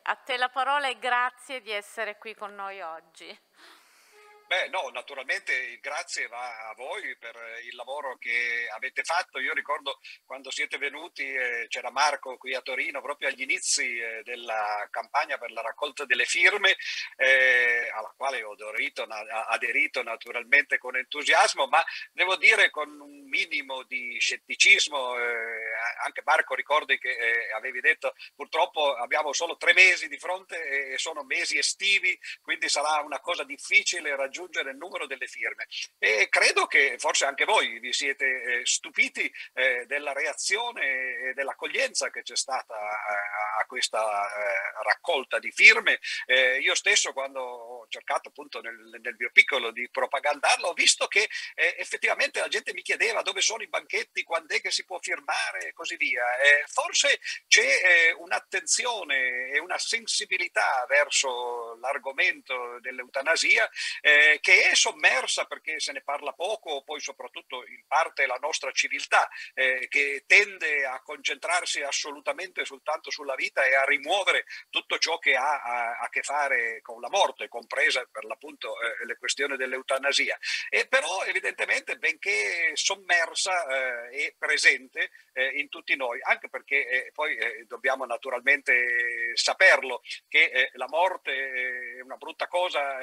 A te la parola e grazie di essere qui con noi oggi. Beh, no, naturalmente il grazie va a voi per il lavoro che avete fatto. Io ricordo quando siete venuti, c'era Marco qui a Torino, proprio agli inizi della campagna per la raccolta delle firme, alla quale ho aderito naturalmente con entusiasmo, ma devo dire con un minimo di scetticismo. Anche Marco, ricordi che avevi detto purtroppo abbiamo solo 3 mesi di fronte e sono mesi estivi, quindi sarà una cosa difficile raggiungere il numero delle firme. E credo che forse anche voi vi siete stupiti della reazione e dell'accoglienza che c'è stata a questa raccolta di firme. Io stesso, quando ho cercato appunto nel mio piccolo di propagandarlo, ho visto che effettivamente la gente mi chiedeva dove sono i banchetti, quando è che si può firmare e così via. Forse c'è un'attenzione e una sensibilità verso l'argomento dell'eutanasia che è sommersa perché se ne parla poco, poi soprattutto in parte la nostra civiltà che tende a concentrarsi assolutamente soltanto sulla vita e a rimuovere tutto ciò che ha a che fare con la morte, compresa per l'appunto le questioni dell'eutanasia. Però evidentemente, benché sommersa, è presente in tutti noi, anche perché poi dobbiamo naturalmente saperlo che la morte è una brutta cosa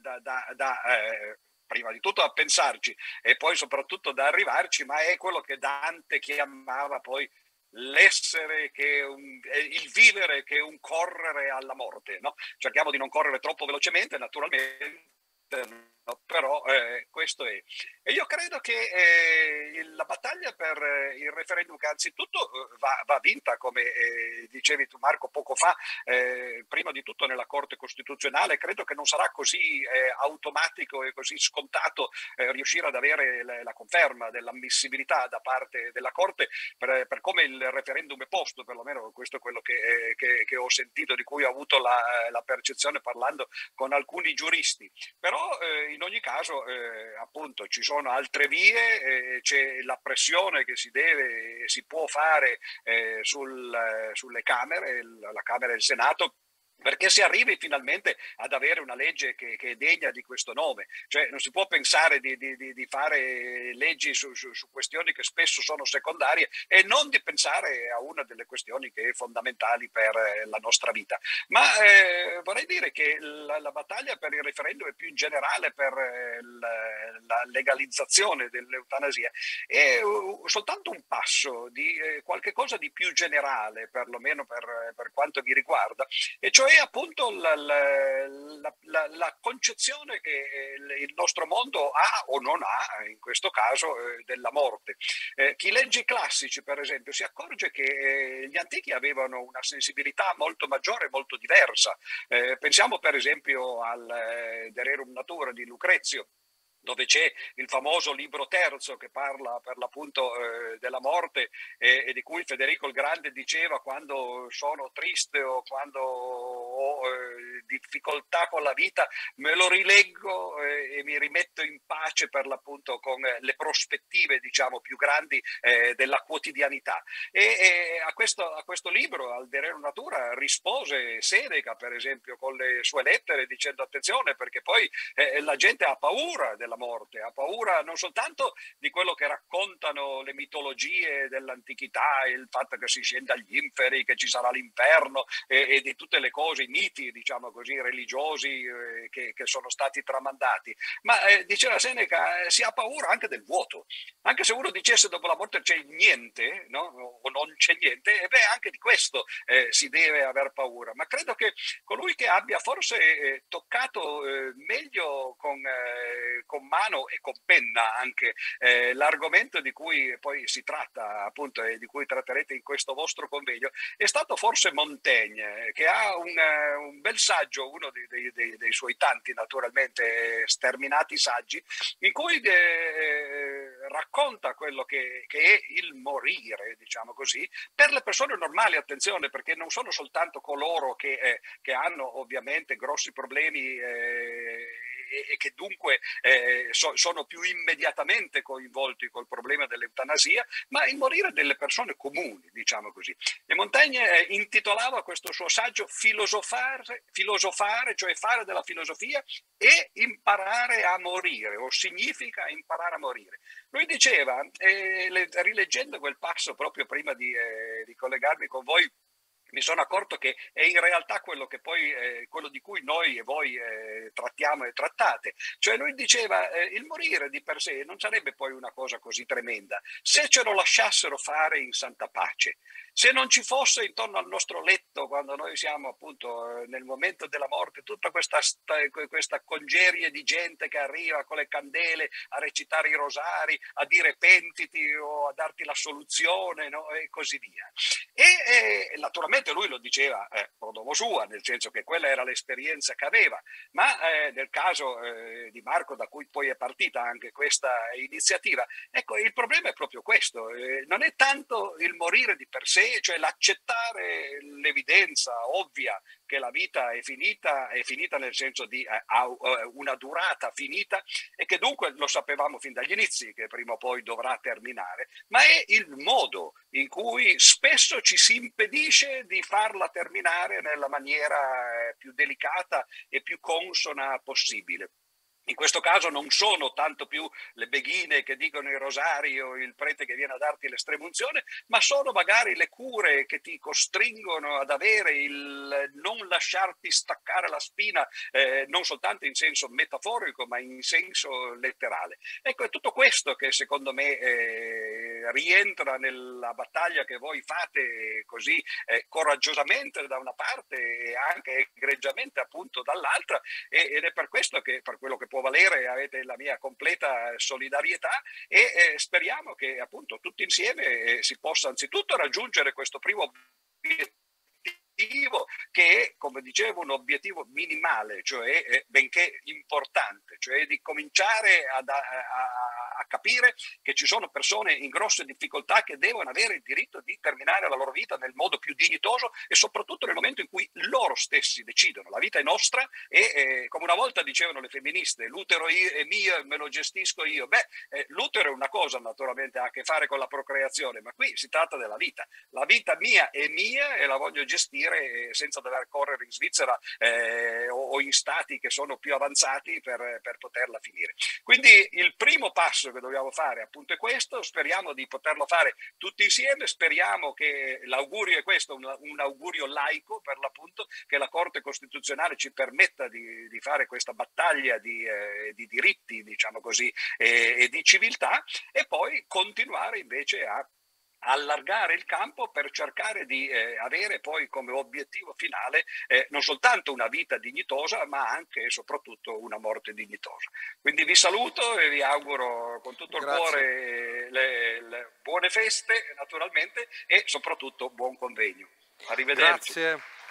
prima di tutto a pensarci e poi soprattutto da arrivarci, ma è quello che Dante chiamava poi l'essere che è il vivere che è un correre alla morte, no? Cerchiamo di non correre troppo velocemente, naturalmente, no? Però questo è. E io credo che la battaglia per il referendum, che anzitutto va vinta, come dicevi tu Marco poco fa, prima di tutto nella Corte Costituzionale. Credo che non sarà così automatico e così scontato riuscire ad avere la conferma dell'ammissibilità da parte della Corte per come il referendum è posto, perlomeno questo è quello che ho sentito, di cui ho avuto la percezione parlando con alcuni giuristi. Però in ogni caso appunto ci sono altre vie, c'è la pressione che si può fare sulle Camere, la Camera e il Senato, perché si arrivi finalmente ad avere una legge che è degna di questo nome. Cioè non si può pensare di fare leggi su questioni che spesso sono secondarie e non di pensare a una delle questioni che è fondamentali per la nostra vita. Ma vorrei dire che la battaglia per il referendum e più in generale per la legalizzazione dell'eutanasia è soltanto un passo di qualche cosa di più generale, perlomeno per quanto mi riguarda, e cioè appunto la concezione che il nostro mondo ha o non ha, in questo caso, della morte. Chi legge i classici, per esempio, si accorge che gli antichi avevano una sensibilità molto maggiore, molto diversa. Pensiamo per esempio al De Rerum Natura di Lucrezio, dove c'è il famoso libro terzo che parla per l'appunto della morte e di cui Federico il Grande diceva: quando sono triste o quando ho difficoltà con la vita me lo rileggo e mi rimetto in pace per l'appunto con le prospettive diciamo più grandi della quotidianità. E a questo libro, al De Rerum Natura, rispose Seneca per esempio con le sue lettere dicendo: attenzione, perché poi la gente ha paura della morte, ha paura non soltanto di quello che raccontano le mitologie dell'antichità, il fatto che si scenda agli inferi, che ci sarà l'inferno e di tutte le cose, i miti diciamo così religiosi che sono stati tramandati, ma diceva Seneca, si ha paura anche del vuoto. Anche se uno dicesse dopo la morte c'è niente, no? O non c'è niente, e beh, anche di questo si deve aver paura. Ma credo che colui che abbia forse toccato meglio con mano e con penna anche l'argomento di cui poi si tratta appunto e di cui tratterete in questo vostro convegno è stato forse Montaigne, che ha un bel saggio, uno dei suoi tanti naturalmente sterminati saggi, in cui racconta quello che è il morire, diciamo così, per le persone normali, attenzione, perché non sono soltanto coloro che hanno ovviamente grossi problemi e che dunque sono più immediatamente coinvolti col problema dell'eutanasia, ma il morire delle persone comuni, diciamo così. E Montaigne intitolava questo suo saggio filosofare, cioè fare della filosofia e imparare a morire, o significa imparare a morire. Lui diceva, rileggendo quel passo proprio prima di collegarmi con voi, mi sono accorto che è in realtà quello che poi quello di cui noi e voi trattiamo e trattate. Cioè lui diceva il morire di per sé non sarebbe poi una cosa così tremenda se ce lo lasciassero fare in santa pace. Se non ci fosse intorno al nostro letto, quando noi siamo appunto nel momento della morte, tutta questa congerie di gente che arriva con le candele a recitare i rosari, a dire pentiti o a darti la soluzione, no? E così via. E naturalmente lui lo diceva pro domo sua, nel senso che quella era l'esperienza che aveva, ma nel caso di Marco, da cui poi è partita anche questa iniziativa, ecco, il problema è proprio questo, non è tanto il morire di per sé, cioè l'accettare l'evidenza ovvia che la vita è finita nel senso di ha una durata finita e che dunque lo sapevamo fin dagli inizi che prima o poi dovrà terminare, ma è il modo in cui spesso ci si impedisce di farla terminare nella maniera più delicata e più consona possibile. In questo caso non sono tanto più le beghine che dicono il rosario o il prete che viene a darti l'estremunzione, ma sono magari le cure che ti costringono ad avere il non lasciarti staccare la spina, non soltanto in senso metaforico, ma in senso letterale. Ecco, è tutto questo che secondo me rientra nella battaglia che voi fate così coraggiosamente da una parte e anche egregiamente appunto dall'altra, ed è per questo che, per quello che può valere, avete la mia completa solidarietà e speriamo che appunto tutti insieme si possa anzitutto raggiungere questo primo obiettivo che è, come dicevo, un obiettivo minimale, cioè benché importante, cioè di cominciare a capire che ci sono persone in grosse difficoltà che devono avere il diritto di terminare la loro vita nel modo più dignitoso e soprattutto nel momento in cui loro stessi decidono. La vita è nostra e come una volta dicevano le femministe, l'utero è mio e me lo gestisco io. L'utero è una cosa, naturalmente ha a che fare con la procreazione, ma qui si tratta della vita. La vita mia è mia e la voglio gestire senza dover correre in Svizzera o in stati che sono più avanzati per poterla finire. Quindi il primo passo che dobbiamo fare appunto è questo, speriamo di poterlo fare tutti insieme, speriamo che l'augurio è questo, un augurio laico per l'appunto, che la Corte Costituzionale ci permetta di fare questa battaglia di diritti, diciamo così, e di civiltà e poi continuare invece a allargare il campo per cercare di avere poi come obiettivo finale non soltanto una vita dignitosa ma anche e soprattutto una morte dignitosa. Quindi vi saluto e vi auguro con tutto il cuore le buone feste naturalmente e soprattutto buon convegno. Arrivederci. Grazie.